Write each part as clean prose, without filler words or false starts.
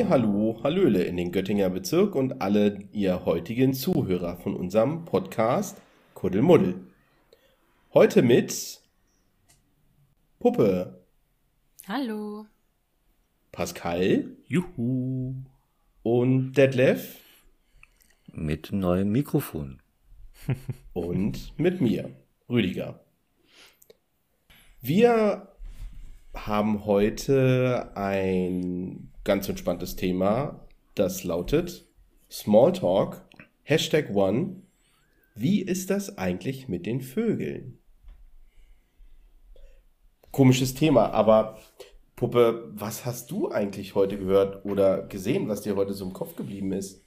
Hallo, Hallöle in den Göttinger Bezirk und alle ihr heutigen Zuhörer von unserem Podcast Kuddelmuddel. Heute mit Puppe, Hallo. Pascal Juhu. und Detlef Mit neuem Mikrofon. und mit mir, Rüdiger. Wir haben heute ein ganz entspanntes Thema, das lautet Smalltalk, #1. Wie ist das eigentlich mit den Vögeln? Komisches Thema, aber Puppe, was hast du eigentlich heute gehört oder gesehen, was dir heute so im Kopf geblieben ist?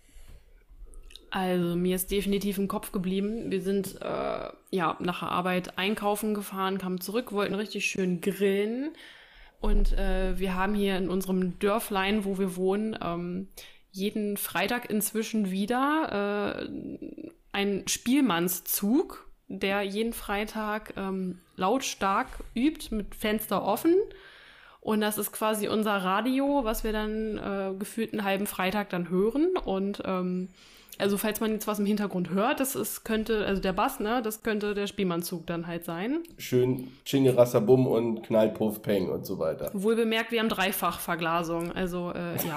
Also mir ist definitiv im Kopf geblieben. Wir sind nach der Arbeit einkaufen gefahren, kamen zurück, wollten richtig schön grillen. Und wir haben hier in unserem Dörflein, wo wir wohnen, jeden Freitag inzwischen wieder einen Spielmannszug, der jeden Freitag lautstark übt, mit Fenster offen. Und das ist quasi unser Radio, was wir dann gefühlt einen halben Freitag dann hören. Und also falls man jetzt was im Hintergrund hört, könnte der Bass, ne, das könnte der Spielmannszug dann halt sein. Schön Chingerasabum und Knallpuff Peng und so weiter. Wohl bemerkt, wir haben Dreifachverglasung, also ja.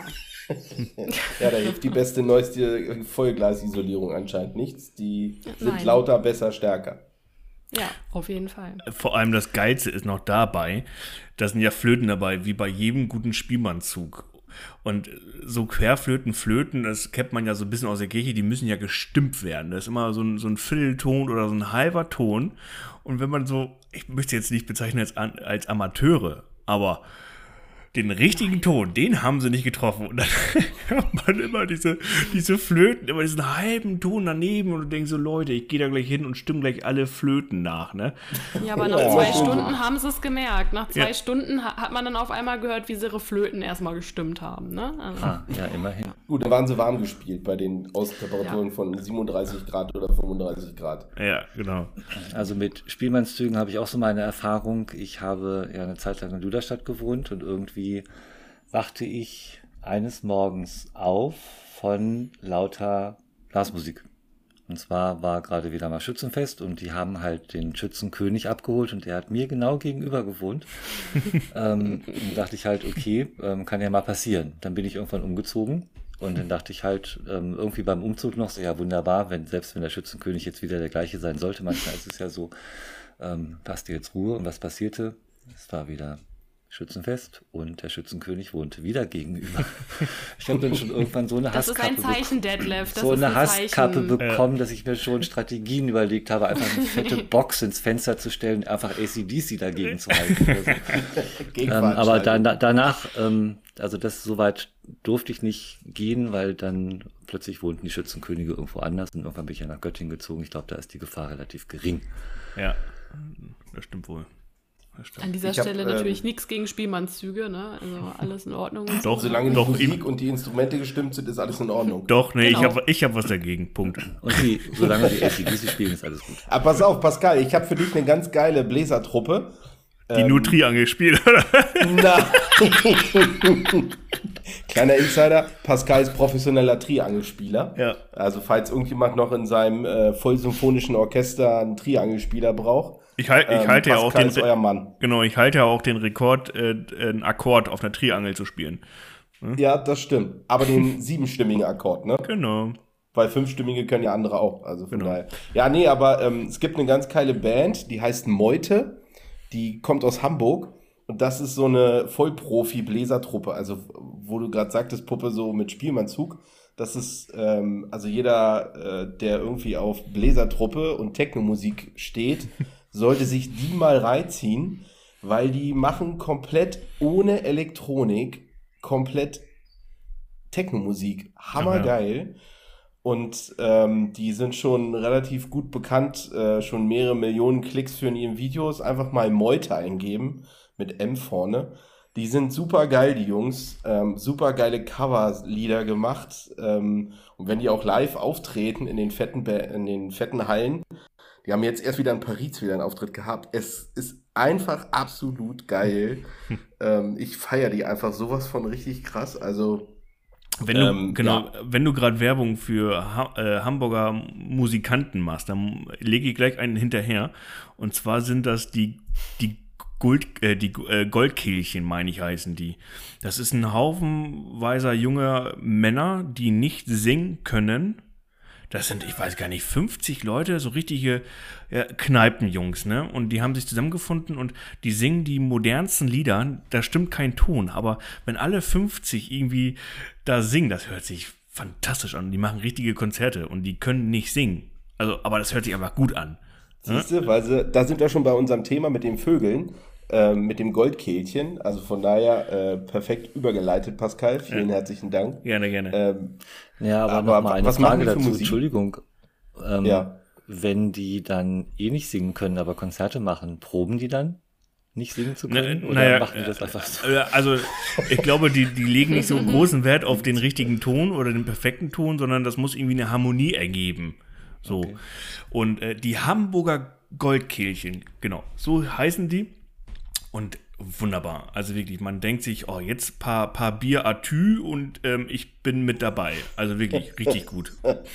Ja, da hilft die beste, neueste Vollglasisolierung anscheinend nichts. Die sind Nein. lauter, besser, stärker. Ja, auf jeden Fall. Vor allem das Geilste ist noch dabei, da sind ja Flöten dabei, wie bei jedem guten Spielmannszug. Und so Querflöten, das kennt man ja so ein bisschen aus der Kirche, die müssen ja gestimmt werden. Das ist immer so ein Viertelton oder so ein halber Ton. Und wenn man so, ich möchte jetzt nicht bezeichnen als Amateure, aber den richtigen Ton, den haben sie nicht getroffen. Und dann hört man immer diese Flöten, immer diesen halben Ton daneben und du denkst so, Leute, ich gehe da gleich hin und stimme gleich alle Flöten nach, ne? Ja, aber nach 2 Stunden haben sie es gemerkt. Nach 2 Stunden hat man dann auf einmal gehört, wie sie ihre Flöten erstmal gestimmt haben, ne? Also, Ja, immerhin. Gut, dann waren sie warm gespielt bei den Außentemperaturen von 37 Grad oder 35 Grad. Ja, genau. Also mit Spielmannszügen habe ich auch so meine Erfahrung. Ich habe ja eine Zeit lang in Duderstadt gewohnt und irgendwie wachte ich eines Morgens auf von lauter Blasmusik. Und zwar war gerade wieder mal Schützenfest und die haben halt den Schützenkönig abgeholt und der hat mir genau gegenüber gewohnt. Und dachte ich halt, okay, kann ja mal passieren. Dann bin ich irgendwann umgezogen und dann dachte ich halt irgendwie beim Umzug noch so, ja wunderbar, selbst wenn der Schützenkönig jetzt wieder der gleiche sein sollte, manchmal ist es ja so, passt dir jetzt Ruhe. Und was passierte? Es war wieder Schützenfest und der Schützenkönig wohnte wieder gegenüber. Ich habe dann schon irgendwann so eine das ist Hasskappe ein Zeichen, Detlef. Das so ist eine Hasskappe Zeichen. bekommen, dass ich mir schon Strategien überlegt habe, einfach eine fette Box ins Fenster zu stellen und einfach AC/DC dagegen zu halten. Aber danach, also so weit durfte ich nicht gehen, weil dann plötzlich wohnten die Schützenkönige irgendwo anders und irgendwann bin ich ja nach Göttingen gezogen. Ich glaube, da ist die Gefahr relativ gering. Ja, das stimmt wohl. An dieser Stelle natürlich nichts gegen Spielmannszüge, ne? Also alles in Ordnung. Doch, Solange die Musik und die Instrumente gestimmt sind, ist alles in Ordnung. Doch, nee, Genau. ich hab was dagegen, Punkt. Und solange die AC/DC spielen, ist alles gut. Aber pass auf, Pascal, ich habe für dich eine ganz geile Bläsertruppe. Die nur Triangel spielt, oder? Na. Kleiner Insider, Pascal ist professioneller Triangelspieler. Ja. Also falls irgendjemand noch in seinem vollsymphonischen Orchester einen Triangelspieler braucht, Ich halte ja auch Pascal ist euer Mann. Genau, ich halte ja auch den Rekord, einen Akkord auf einer Triangel zu spielen. Ja, das stimmt. Aber den 7-stimmigen Akkord, ne? Genau. Weil 5-stimmige können ja andere auch. Also von Genau. daher. Ja, nee, aber es gibt eine ganz geile Band, die heißt Meute. Die kommt aus Hamburg. Und das ist so eine Vollprofi-Bläsertruppe. Also, wo du gerade sagtest, Puppe, so mit Spielmannszug. Das ist, also jeder, der irgendwie auf Bläsertruppe und Technomusik steht, sollte sich die mal reinziehen, weil die machen komplett ohne Elektronik, komplett Technomusik. Hammergeil. Und die sind schon relativ gut bekannt, schon mehrere Millionen Klicks für ihren Videos. Einfach mal Meute eingeben, mit M vorne. Die sind super geil, die Jungs. Super geile Coverlieder gemacht. Und wenn die auch live auftreten in den fetten Hallen, die haben jetzt erst wieder in Paris wieder einen Auftritt gehabt. Es ist einfach absolut geil. Ich feiere die einfach sowas von richtig krass. Also Wenn du gerade Werbung für Hamburger Musikanten machst, dann lege ich gleich einen hinterher. Und zwar sind das die Goldkehlchen, meine ich, heißen die. Das ist ein haufenweiser junger Männer, die nicht singen können. Das sind, ich weiß gar nicht, 50 Leute, so richtige Kneipenjungs, ne? Und die haben sich zusammengefunden und die singen die modernsten Lieder. Da stimmt kein Ton, aber wenn alle 50 irgendwie da singen, das hört sich fantastisch an. Die machen richtige Konzerte und die können nicht singen. Also, aber das hört sich einfach gut an. Siehst du, da sind wir schon bei unserem Thema mit den Vögeln, mit dem Goldkehlchen. Also von daher perfekt übergeleitet, Pascal. Vielen herzlichen Dank. Gerne. Ja, aber nochmal eine was machen Frage die für dazu. Musik? Entschuldigung. Ja. Wenn die dann nicht singen können, aber Konzerte machen, proben die dann, nicht singen zu können? Oder machen die das einfach so? Also, ich glaube, die legen nicht so großen Wert auf den richtigen Ton oder den perfekten Ton, sondern das muss irgendwie eine Harmonie ergeben. So. Okay. Und die Hamburger Goldkehlchen, genau, so heißen die. Und wunderbar. Also wirklich, man denkt sich, oh, jetzt paar Bier à tü und ich bin mit dabei. Also wirklich, richtig gut.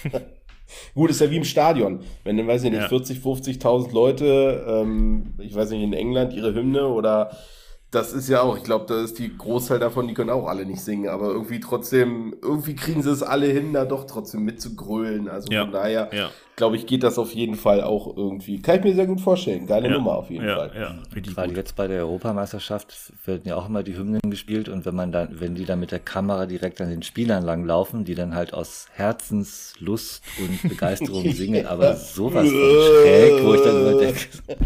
Gut, ist ja wie im Stadion. Wenn dann, weiß ich nicht, Ja. 40, 50.000 Leute, ich weiß nicht, in England ihre Hymne oder das ist ja auch, ich glaube, da ist die Großteil davon, die können auch alle nicht singen, aber irgendwie trotzdem, irgendwie kriegen sie es alle hin, da doch trotzdem mitzugrölen. Also Ja. von daher, Ja. glaube ich, geht das auf jeden Fall auch irgendwie. Kann ich mir sehr gut vorstellen. Geile Nummer auf jeden Fall. Ja, richtig Gerade gut. jetzt bei der Europameisterschaft werden ja auch immer die Hymnen gespielt und wenn die dann mit der Kamera direkt an den Spielern langlaufen, die dann halt aus Herzenslust und Begeisterung singen, aber sowas von schräg, wo ich dann immer denke,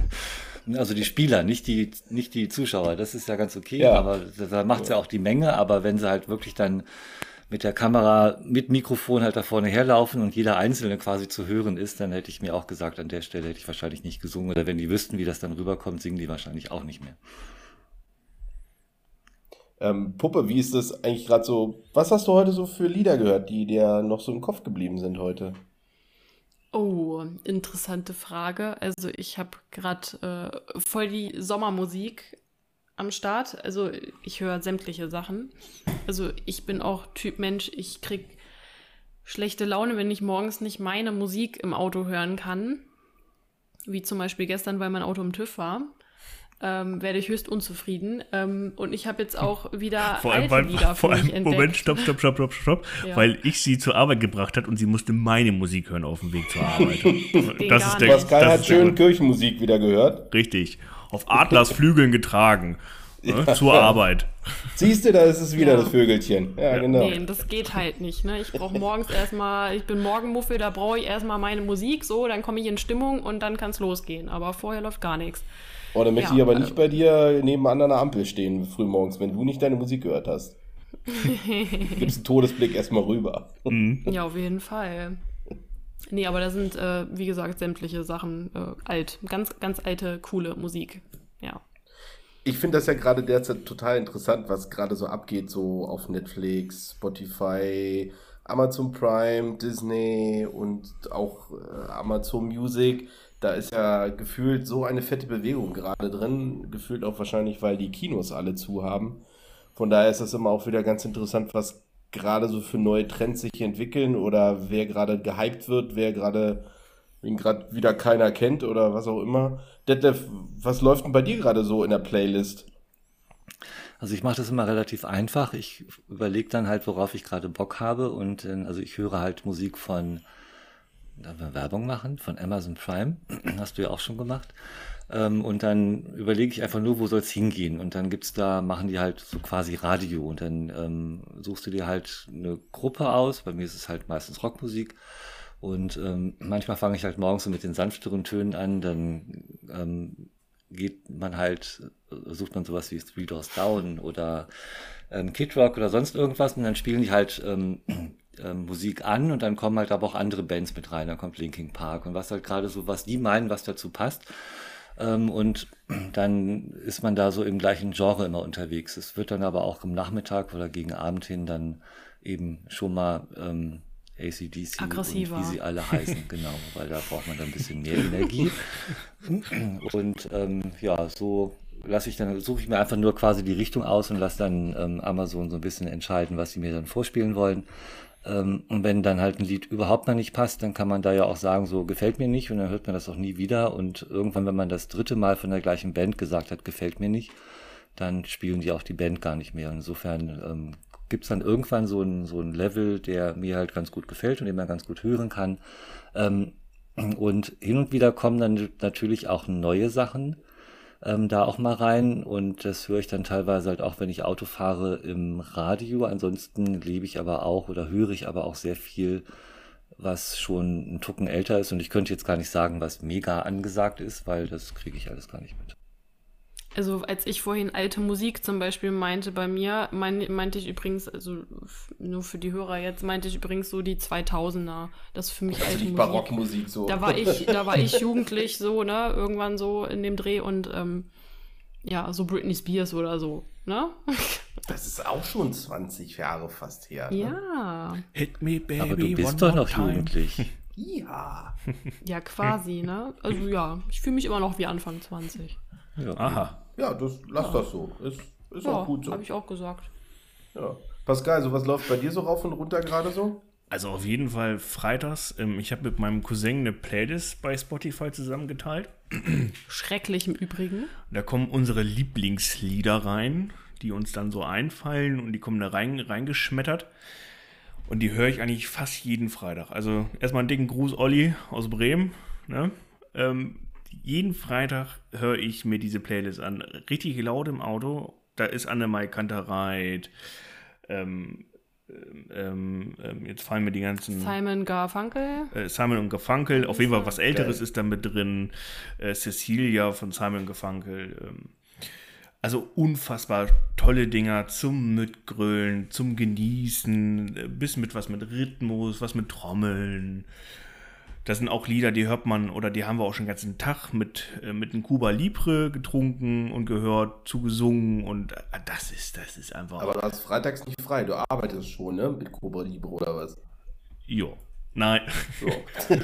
also die Spieler, nicht die Zuschauer, das ist ja ganz okay, Ja. aber da macht's ja auch die Menge, aber wenn sie halt wirklich dann mit der Kamera, mit Mikrofon halt da vorne herlaufen und jeder Einzelne quasi zu hören ist, dann hätte ich mir auch gesagt, an der Stelle hätte ich wahrscheinlich nicht gesungen. Oder wenn die wüssten, wie das dann rüberkommt, singen die wahrscheinlich auch nicht mehr. Puppe, wie ist das eigentlich gerade so? Was hast du heute so für Lieder gehört, die dir noch so im Kopf geblieben sind heute? Oh, interessante Frage. Also ich habe gerade voll die Sommermusik am Start. Also ich höre sämtliche Sachen. Also ich bin auch Typ Mensch, ich krieg schlechte Laune, wenn ich morgens nicht meine Musik im Auto hören kann. Wie zum Beispiel gestern, weil mein Auto im TÜV war. Werde ich höchst unzufrieden. Und ich habe jetzt auch wieder alte Lieder für mich entdeckt. Moment, stopp. Ja. Weil ich sie zur Arbeit gebracht hat und sie musste meine Musik hören auf dem Weg zur Arbeit. gar Das nicht. Pascal das hat ist der schön Grund. Kirchenmusik wieder gehört. Richtig. Auf Adlers Flügeln getragen. Ne, zur Arbeit. Siehst du, da ist es wieder Ja. das Vögelchen. Ja, genau. Nee, das geht halt nicht. Ne? Ich brauche morgens erstmal, ich bin Morgenmuffel, da brauche ich erstmal meine Musik, so, dann komme ich in Stimmung und dann kann es losgehen. Aber vorher läuft gar nichts. Oh, dann möchte Ja, ich aber nicht bei dir nebenan an der Ampel stehen, frühmorgens, wenn du nicht deine Musik gehört hast. Gibst einen Todesblick erstmal rüber. Ja, auf jeden Fall. Nee, aber da sind, wie gesagt, sämtliche Sachen alt. Ganz, ganz alte, coole Musik. Ja. Ich finde das ja gerade derzeit total interessant, was gerade so abgeht, so auf Netflix, Spotify, Amazon Prime, Disney und auch Amazon Music. Da ist ja gefühlt so eine fette Bewegung gerade drin. Gefühlt auch wahrscheinlich, weil die Kinos alle zu haben. Von daher ist das immer auch wieder ganz interessant, was gerade so für neue Trends sich entwickeln oder wer gerade gehypt wird, wen gerade wieder keiner kennt oder was auch immer. Detlef, was läuft denn bei dir gerade so in der Playlist? Also ich mache das immer relativ einfach. Ich überlege dann halt, worauf ich gerade Bock habe und also ich höre halt Musik von, darf man Werbung machen, von Amazon Prime, hast du ja auch schon gemacht. Und dann überlege ich einfach nur, wo soll es hingehen. Und dann machen die halt so quasi Radio und dann suchst du dir halt eine Gruppe aus. Bei mir ist es halt meistens Rockmusik. Und manchmal fange ich halt morgens so mit den sanfteren Tönen an, dann sucht man sowas wie Three Doors Down oder Kid Rock oder sonst irgendwas und dann spielen die halt Musik an und dann kommen halt aber auch andere Bands mit rein, dann kommt Linkin Park und was halt gerade so, was die meinen, was dazu passt. Und dann ist man da so im gleichen Genre immer unterwegs. Es wird dann aber auch im Nachmittag oder gegen Abend hin dann eben schon mal AC/DC Aggressiver. und wie sie alle heißen, genau, weil da braucht man dann ein bisschen mehr Energie. Und ja, so suche ich mir einfach nur quasi die Richtung aus und lasse dann Amazon so ein bisschen entscheiden, was sie mir dann vorspielen wollen. Und wenn dann halt ein Lied überhaupt mal nicht passt, dann kann man da ja auch sagen, so gefällt mir nicht, und dann hört man das auch nie wieder. Und irgendwann, wenn man das 3. Mal von der gleichen Band gesagt hat, gefällt mir nicht, dann spielen die auch die Band gar nicht mehr. Und insofern gibt's dann irgendwann so ein Level, der mir halt ganz gut gefällt und den man ganz gut hören kann. Und hin und wieder kommen dann natürlich auch neue Sachen da auch mal rein, und das höre ich dann teilweise halt auch, wenn ich Auto fahre, im Radio. Ansonsten lebe ich aber auch oder höre ich aber auch sehr viel, was schon einen Tucken älter ist, und ich könnte jetzt gar nicht sagen, was mega angesagt ist, weil das kriege ich alles gar nicht mit. Also als ich vorhin alte Musik zum Beispiel meinte, bei mir meinte ich übrigens, also nur für die Hörer jetzt, meinte ich übrigens so die 2000er. Das ist für mich alte Musik. Barockmusik so. Da war ich jugendlich so, ne, irgendwann so in dem Dreh, und ja, so Britney Spears oder so, ne? Das ist auch schon 20 Jahre fast her. Ne? Ja. Hit me, baby, Aber du bist one doch more noch time. Ja. jugendlich. Ja, quasi, ne? Also ja, ich fühle mich immer noch wie Anfang 20. Ja. Aha. Ja, lass das so. Ist auch gut so. Habe ich auch gesagt. Ja. Pascal, so was läuft bei dir so rauf und runter gerade so? Also auf jeden Fall freitags. Ich habe mit meinem Cousin eine Playlist bei Spotify zusammengeteilt. Schrecklich im Übrigen. Da kommen unsere Lieblingslieder rein, die uns dann so einfallen, und die kommen da reingeschmettert. Und die höre ich eigentlich fast jeden Freitag. Also erstmal einen dicken Gruß, Olli aus Bremen. Ne? Jeden Freitag höre ich mir diese Playlist an. Richtig laut im Auto. Da ist Annemai Kantereit. Jetzt fallen mir die ganzen... Simon Garfunkel. Simon und Garfunkel. Auf jeden Fall was Älteres ist da mit drin. Cecilia von Simon Garfunkel. Also unfassbar tolle Dinger zum Mitgrölen, zum Genießen. Bis mit was mit Rhythmus, was mit Trommeln. Das sind auch Lieder, die hört man, oder die haben wir auch schon den ganzen Tag mit einem Cuba Libre getrunken und gehört, zugesungen, und das ist einfach... Aber du hast freitags nicht frei, du arbeitest schon, ne? Mit Cuba Libre oder was? Jo. Nein. So.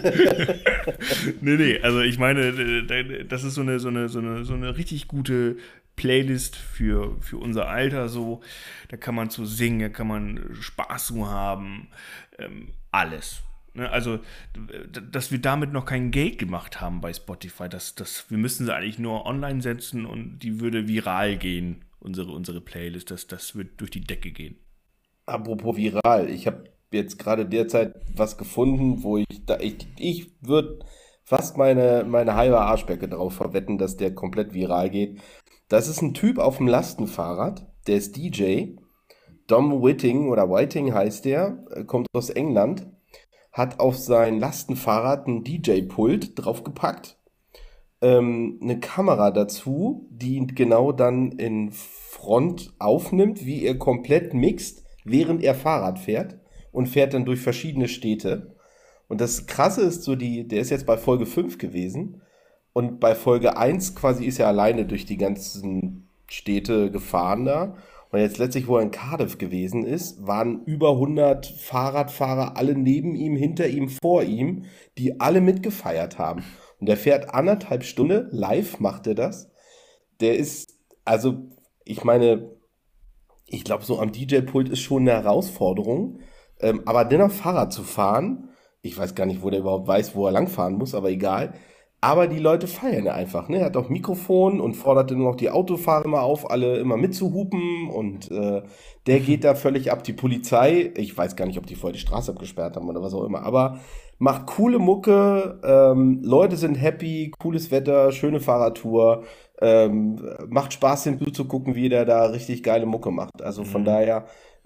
Nee, also ich meine, das ist so eine richtig gute Playlist für unser Alter so. Da kann man zu singen, da kann man Spaß zu haben, alles. Also, dass wir damit noch kein Geld gemacht haben bei Spotify, wir müssen sie eigentlich nur online setzen, und die würde viral gehen, unsere Playlist, das wird durch die Decke gehen. Apropos viral, ich habe jetzt gerade derzeit was gefunden, wo ich würde fast meine halbe Arschbacke drauf verwetten, dass der komplett viral geht. Das ist ein Typ auf dem Lastenfahrrad, der ist DJ, Dom Whiting oder Whiting heißt der, kommt aus England, hat auf sein Lastenfahrrad ein DJ-Pult draufgepackt, eine Kamera dazu, die genau dann in Front aufnimmt, wie er komplett mixt, während er Fahrrad fährt, und fährt dann durch verschiedene Städte. Und das Krasse ist so, der ist jetzt bei Folge 5 gewesen, und bei Folge 1 quasi ist er alleine durch die ganzen Städte gefahren da. Und jetzt letztlich, wo er in Cardiff gewesen ist, waren über 100 Fahrradfahrer, alle neben ihm, hinter ihm, vor ihm, die alle mitgefeiert haben. Und der fährt 1,5 Stunden, live macht er das. Der ist, also, ich meine, ich glaube, so am DJ-Pult ist schon eine Herausforderung. Aber dennoch Fahrrad zu fahren, ich weiß gar nicht, wo der überhaupt weiß, wo er langfahren muss, aber egal. Aber die Leute feiern einfach, ne? Er hat auch Mikrofon und fordert dann noch die Autofahrer immer auf, alle immer mitzuhupen, und der geht da völlig ab. Die Polizei, ich weiß gar nicht, ob die vorher die Straße abgesperrt haben oder was auch immer, aber macht coole Mucke, Leute sind happy, cooles Wetter, schöne Fahrradtour, macht Spaß, dem zuzugucken, wie der da richtig geile Mucke macht. Also von daher,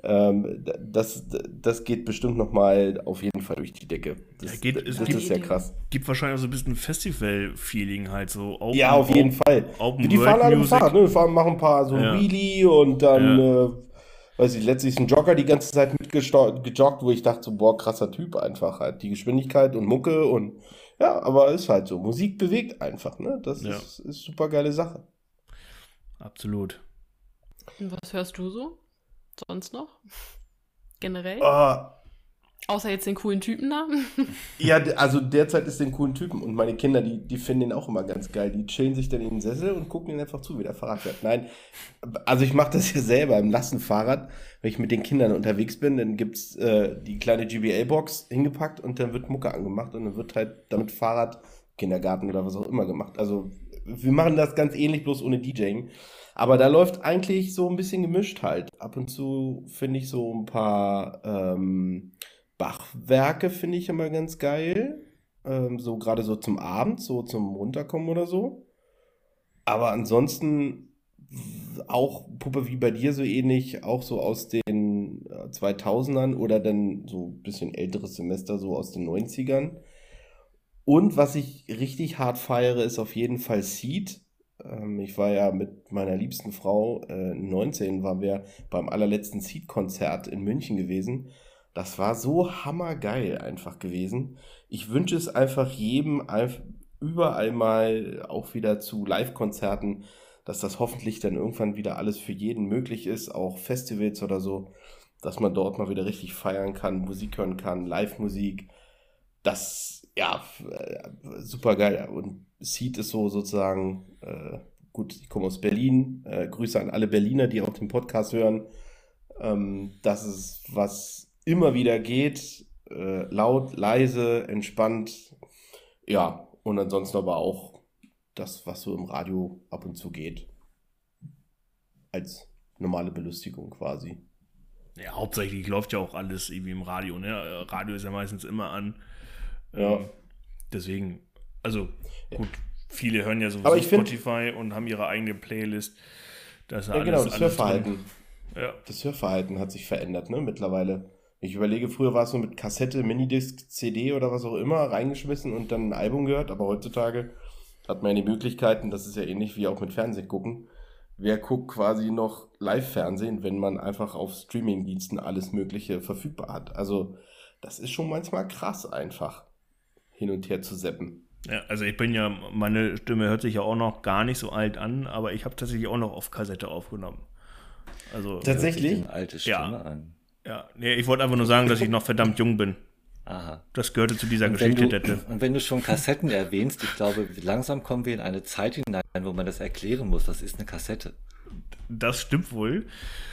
das geht bestimmt nochmal auf jeden Fall durch die Decke. Das ist ja krass. Gibt wahrscheinlich auch so ein bisschen Festival-Feeling halt so. Ja, auf jeden Fall. Die fahren alle im Fahrrad, ne? Machen ein paar so ein Wheelie, und dann, weiß ich, letztlich ist ein Jogger die ganze Zeit mitgejoggt, wo ich dachte so, boah, krasser Typ einfach halt. Die Geschwindigkeit und Mucke und ja, aber ist halt so. Musik bewegt einfach, ne? Das ist super geile Sache. Absolut. Und was hörst du so? Sonst noch? Generell? Außer jetzt den coolen Typen da. Ja, also derzeit ist den coolen Typen und meine Kinder, die finden den auch immer ganz geil. Die chillen sich dann in den Sessel und gucken ihn einfach zu, wie der Fahrrad fährt. Nein, also ich mache das ja selber im Lastenfahrrad. Wenn ich mit den Kindern unterwegs bin, dann gibt's die kleine GBL-Box hingepackt und dann wird Mucke angemacht und dann wird halt damit Fahrrad, Kindergarten oder was auch immer gemacht. Also wir machen das ganz ähnlich, bloß ohne DJing. Aber da läuft eigentlich so ein bisschen gemischt halt. Ab und zu finde ich so ein paar Bachwerke finde ich immer ganz geil. So gerade so zum Abend, so zum Runterkommen oder so. Aber ansonsten auch Puppe wie bei dir so ähnlich, auch so aus den 2000ern oder dann so ein bisschen älteres Semester, so aus den 90ern. Und was ich richtig hart feiere, ist auf jeden Fall Seeed. Ich war ja mit meiner liebsten Frau, 19, waren wir beim allerletzten Seeed-Konzert in München gewesen. Das war so hammergeil einfach gewesen. Ich wünsche es einfach jedem überall mal auch wieder zu Live-Konzerten, dass das hoffentlich dann irgendwann wieder alles für jeden möglich ist, auch Festivals oder so, dass man dort mal wieder richtig feiern kann, Musik hören kann, Live-Musik. Das, ja, super geil. Und Seeed ist so sozusagen, gut, ich komme aus Berlin, Grüße an alle Berliner, die auch den Podcast hören. Das ist, was immer wieder geht, laut, leise, entspannt, ja, und ansonsten aber auch das, was so im Radio ab und zu geht, als normale Belustigung quasi. Ja, hauptsächlich läuft ja auch alles irgendwie im Radio, ne? Radio ist ja meistens immer an. Ja. Deswegen, also gut, viele hören ja Aber sowieso ich find- Spotify und haben ihre eigene Playlist. Das ist Ja, genau, das alles Hörverhalten. drin. Ja. Das Hörverhalten hat sich verändert, ne, mittlerweile. Ich überlege, früher war es so mit Kassette, Minidisc, CD oder was auch immer reingeschmissen und dann ein Album gehört, aber heutzutage hat man ja die Möglichkeiten, das ist ja ähnlich wie auch mit Fernsehen gucken. Wer guckt quasi noch Live-Fernsehen, wenn man einfach auf Streaming-Diensten alles Mögliche verfügbar hat? Also, das ist schon manchmal krass einfach, hin und her zu zappen. Ja, also meine Stimme hört sich ja auch noch gar nicht so alt an, aber ich habe tatsächlich auch noch auf Kassette aufgenommen. Also, Tatsächlich? Eine alte Stimme Ja. an. ja, nee, ich wollte einfach nur sagen, dass ich noch verdammt jung bin. Aha. Das gehörte zu dieser Und wenn Geschichte, du, Dette. und wenn du schon Kassetten erwähnst, ich glaube, langsam kommen wir in eine Zeit hinein, wo man das erklären muss. Was ist eine Kassette? Das stimmt wohl.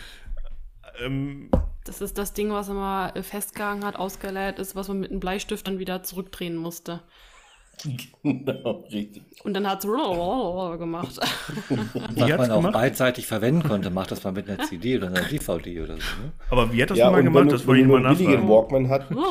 Das ist das Ding, was immer festgehangen hat, ausgeleiert ist, was man mit einem Bleistift dann wieder zurückdrehen musste. Genau, richtig. Und dann hat es gemacht. Was hat's man auch gemacht? beidseitig verwenden konnte. Macht das mal mit einer CD oder einer DVD oder so. Ne? Aber wie hat das Ja, nochmal und gemacht? Das wollte ich wenn du mal einen billigen nachfragen. Walkman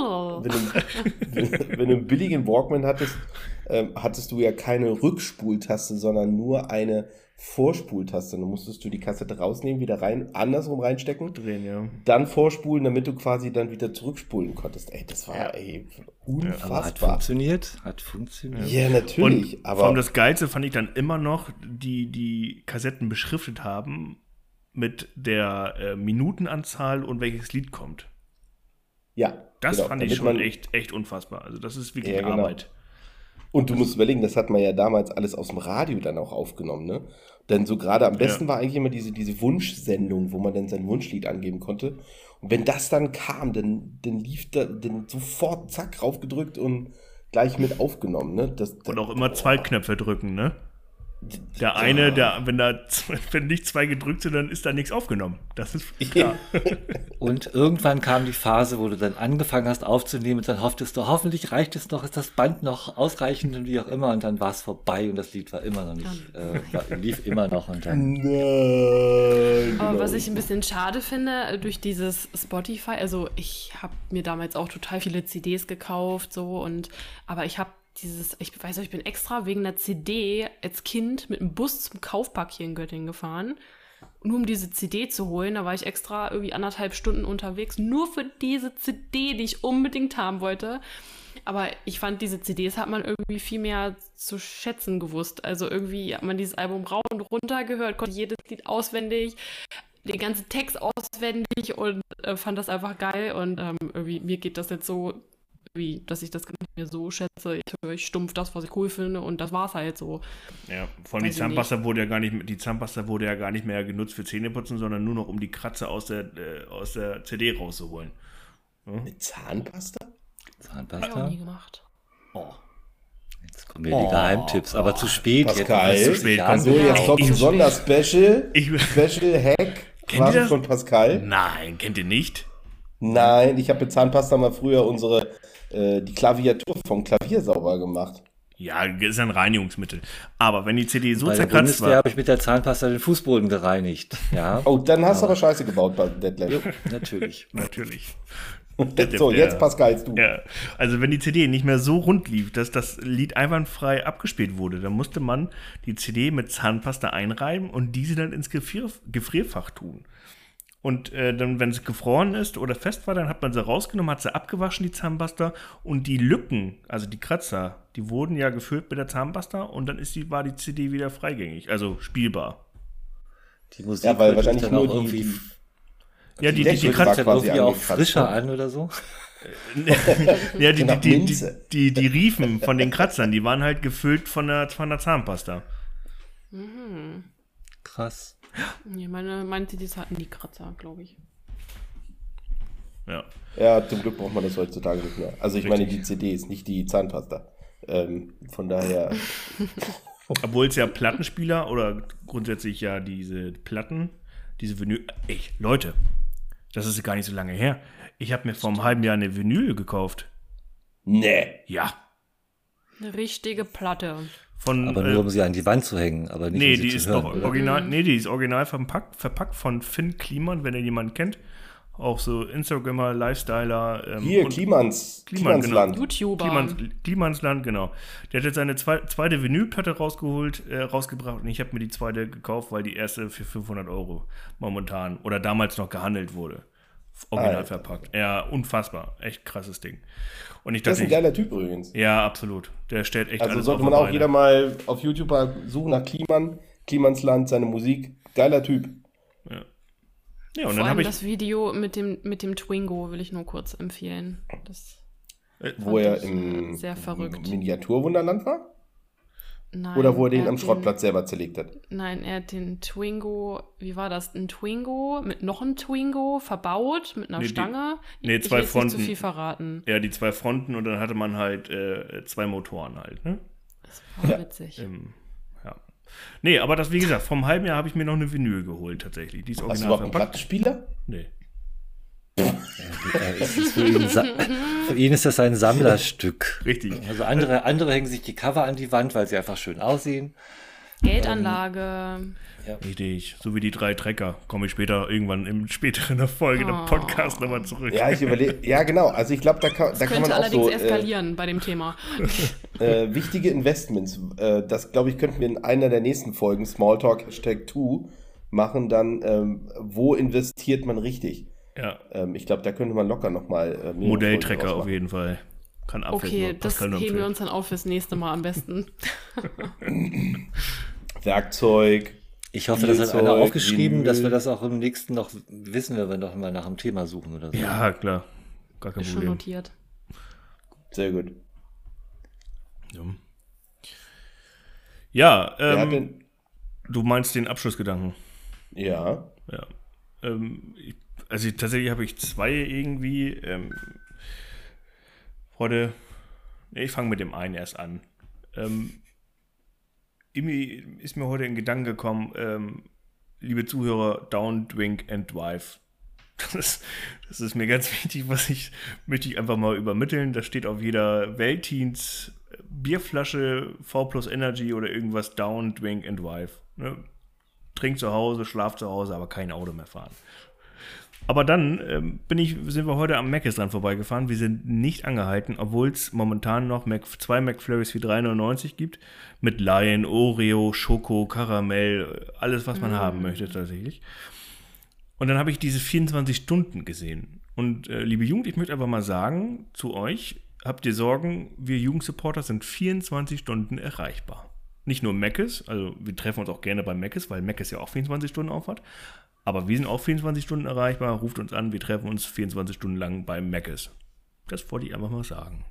wenn du einen billigen Walkman hattest, hattest du ja keine Rückspultaste, sondern nur eine Vorspultaste. Dann musstest du die Kassette rausnehmen, wieder rein, andersrum reinstecken, Drehen, ja. dann vorspulen, damit du quasi dann wieder zurückspulen konntest. Ey, das war Ja. ey, Aber hat unfassbar. funktioniert. Hat funktioniert. Ja, natürlich, Und vor allem aber das Geilste fand ich dann immer noch, die Kassetten beschriftet haben mit der Minutenanzahl und welches Lied kommt. ja, Das genau, fand ich damit schon man- echt unfassbar. Also das ist wirklich Ja, genau. Arbeit. Und du musst überlegen, das hat man ja damals alles aus dem Radio dann auch aufgenommen, ne? Denn so gerade am besten war eigentlich immer diese Wunschsendung, wo man dann sein Wunschlied angeben konnte. Und wenn das dann kam, dann lief da dann sofort zack raufgedrückt und gleich mit aufgenommen, ne? Und auch immer zwei Knöpfe drücken, ne? Der eine, wenn nicht zwei gedrückt sind, dann ist da nichts aufgenommen. Das ist klar. Und irgendwann kam die Phase, wo du dann angefangen hast aufzunehmen und dann hofftest du, hoffentlich reicht es noch, ist das Band noch ausreichend und wie auch immer und dann war es vorbei und das Lied war immer noch nicht, lief immer noch und dann. Nein, Aber genau. was ich ein bisschen schade finde, durch dieses Spotify, also ich habe mir damals auch total viele CDs gekauft, so aber ich habe ich weiß nicht, ich bin extra wegen einer CD als Kind mit dem Bus zum Kaufpark hier in Göttingen gefahren, nur um diese CD zu holen. Da war ich extra irgendwie 1,5 Stunden unterwegs, nur für diese CD, die ich unbedingt haben wollte. Aber ich fand, diese CDs hat man irgendwie viel mehr zu schätzen gewusst. Also irgendwie hat man dieses Album rauf und runter gehört, konnte jedes Lied auswendig, den ganzen Text auswendig und fand das einfach geil. Und irgendwie mir geht das jetzt so, dass ich das gar nicht mehr so schätze. Ich höre stumpf das, was ich cool finde und das war's halt so. Ja, vor allem die Weiß ich Zahnpasta wurde ja gar nicht mehr genutzt für Zähneputzen, sondern nur noch um die Kratzer aus der CD rauszuholen. Mit Zahnpasta? Hab ich auch Zahnpasta? nie gemacht. Oh. Jetzt kommen ja die Geheimtipps, aber zu spät. Pascal. Jetzt Zu spät. So, jetzt kommt ein Sonderspecial. Ich- Special-Hack Kennt ihr quasi das? von Pascal. Nein, kennt ihr nicht? Nein, ich habe mit Zahnpasta mal früher die Klaviatur vom Klavier sauber gemacht. Ja, ist ein Reinigungsmittel. Aber wenn die CD so Bei der zerkratzt Bundeswehr war, habe ich mit der Zahnpasta den Fußboden gereinigt. Ja, Oh, dann hast du aber Scheiße gebaut bei Detlef. natürlich. natürlich. So, jetzt Pascal, jetzt du. Ja, also wenn die CD nicht mehr so rund lief, dass das Lied einwandfrei abgespielt wurde, dann musste man die CD mit Zahnpasta einreiben und diese dann ins Gefrierfach tun. Und dann, wenn es gefroren ist oder fest war, dann hat man sie rausgenommen, hat sie abgewaschen, die Zahnpasta, und die Lücken, also die Kratzer, die wurden ja gefüllt mit der Zahnpasta und dann war die CD wieder freigängig, also spielbar. Die Musik Ja, weil hört sich wahrscheinlich dann nur auch irgendwie, Ja, die Deckel Kratzer, war dann quasi irgendwie auch angekratzt, frischer ne? an oder so. ja, Nach Minze. die Riefen von den Kratzern, die waren halt gefüllt von der Zahnpasta. Krass. Nee, meine CDs hatten die Kratzer, glaube ich. Ja. Ja, zum Glück braucht man das heutzutage nicht mehr. Also ich meine die Richtig. CDs, nicht die Zahnpasta. Von daher, Obwohl es ja Plattenspieler oder grundsätzlich ja diese Platten, diese Vinyl. Ey, Leute, das ist gar nicht so lange her. Ich habe mir vor einem halben Jahr eine Vinyl gekauft. nee. Ja. Eine richtige Platte. Von, Aber nur um sie an die Wand zu hängen, aber nicht nee, um sie die zu ist hören, noch oder? original. Nee, die ist original verpackt von Finn Kliman, wenn ihr jemanden kennt. Auch so Instagrammer, Lifestyler. Hier, und Klimans, Kliman, genau. Klimansland. YouTuber. Klimansland, genau. Der hat jetzt seine zweite Vinylplatte rausgebracht und ich habe mir die zweite gekauft, weil die erste für 500 € momentan oder damals noch gehandelt wurde. Original Alter. verpackt. Ja, unfassbar. Echt krasses Ding. Und ich Das ist dachte, ein geiler Typ übrigens. ja, absolut. Der stellt echt Also alles sollte auf man die auch Beine. jeder mal auf YouTube mal suchen nach Klimansland, seine Musik. Geiler Typ. Ja, und Vor dann allem habe ich, das Video mit dem Twingo will ich nur kurz empfehlen. Das Wo er ich, im sehr verrückt. Miniaturwunderland war? Nein, Oder wo er den hat am Schrottplatz selber zerlegt hat? Nein, er hat den Twingo, wie war das? Ein Twingo mit noch einem Twingo verbaut mit einer Nee, Stange. nee, zwei ich will jetzt nicht Fronten. zu viel verraten. ja, die zwei Fronten und dann hatte man halt zwei Motoren halt, ne? Das war Ja. witzig. Ja. Nee, aber das, wie gesagt, vom halben Jahr habe ich mir noch eine Vinyl geholt tatsächlich. Die ist Hast du original überhaupt einen verpackt. Plattenspieler? Nee. Es ist für ihn ist das ein Sammlerstück. Richtig. Also andere hängen sich die Cover an die Wand, weil sie einfach schön aussehen. Geldanlage. Richtig. So wie die 3 Trecker. Komme ich später irgendwann im späteren Folge im Podcast nochmal zurück. Ja, ich überlege. Ja, genau. Also ich glaube, da kann man Könnte auch allerdings so eskalieren bei dem Thema. wichtige Investments. Das, glaube ich, könnten wir in einer der nächsten Folgen, Smalltalk #2, machen. Dann, wo investiert man richtig? Ja. Ich glaube, da könnte man locker nochmal Modelltrecker auf jeden Fall. Kann abwechseln. Okay, das heben wir uns dann auf fürs nächste Mal am besten. Werkzeug. Ich hoffe, das hat Spielzeug, einer aufgeschrieben, dass wir Vinyl. das auch im nächsten noch wissen, wenn wir noch mal nach dem Thema suchen oder so. Ja, klar. Gar kein Ist schon Problem. notiert. Sehr gut. Ja, Wer hat denn, du meinst den Abschlussgedanken. ja. Ja. Tatsächlich habe ich zwei irgendwie. Heute. Ich fange mit dem einen erst an. Irgendwie ist mir heute in Gedanken gekommen, liebe Zuhörer, Down, Drink and Drive. Das ist mir ganz wichtig, möchte ich einfach mal übermitteln. Das steht auf jeder Weltteens Bierflasche, V plus Energy oder irgendwas, Down, Drink and Drive. Ne? Trink zu Hause, schlaf zu Hause, aber kein Auto mehr fahren. Aber dann sind wir heute am Mc's dran vorbeigefahren. Wir sind nicht angehalten, obwohl es momentan noch zwei McFlurries für 3,99 gibt. Mit Lion, Oreo, Schoko, Karamell, alles, was man haben möchte tatsächlich. Und dann habe ich diese 24 Stunden gesehen. Und liebe Jugend, ich möchte einfach mal sagen zu euch, habt ihr Sorgen, wir Jugendsupporter sind 24 Stunden erreichbar. Nicht nur Mc's, also wir treffen uns auch gerne bei Mc's, weil Mc's ja auch 24 Stunden aufhat. Aber wir sind auch 24 Stunden erreichbar. Ruft uns an, wir treffen uns 24 Stunden lang bei Mc's. Das wollte ich einfach mal sagen.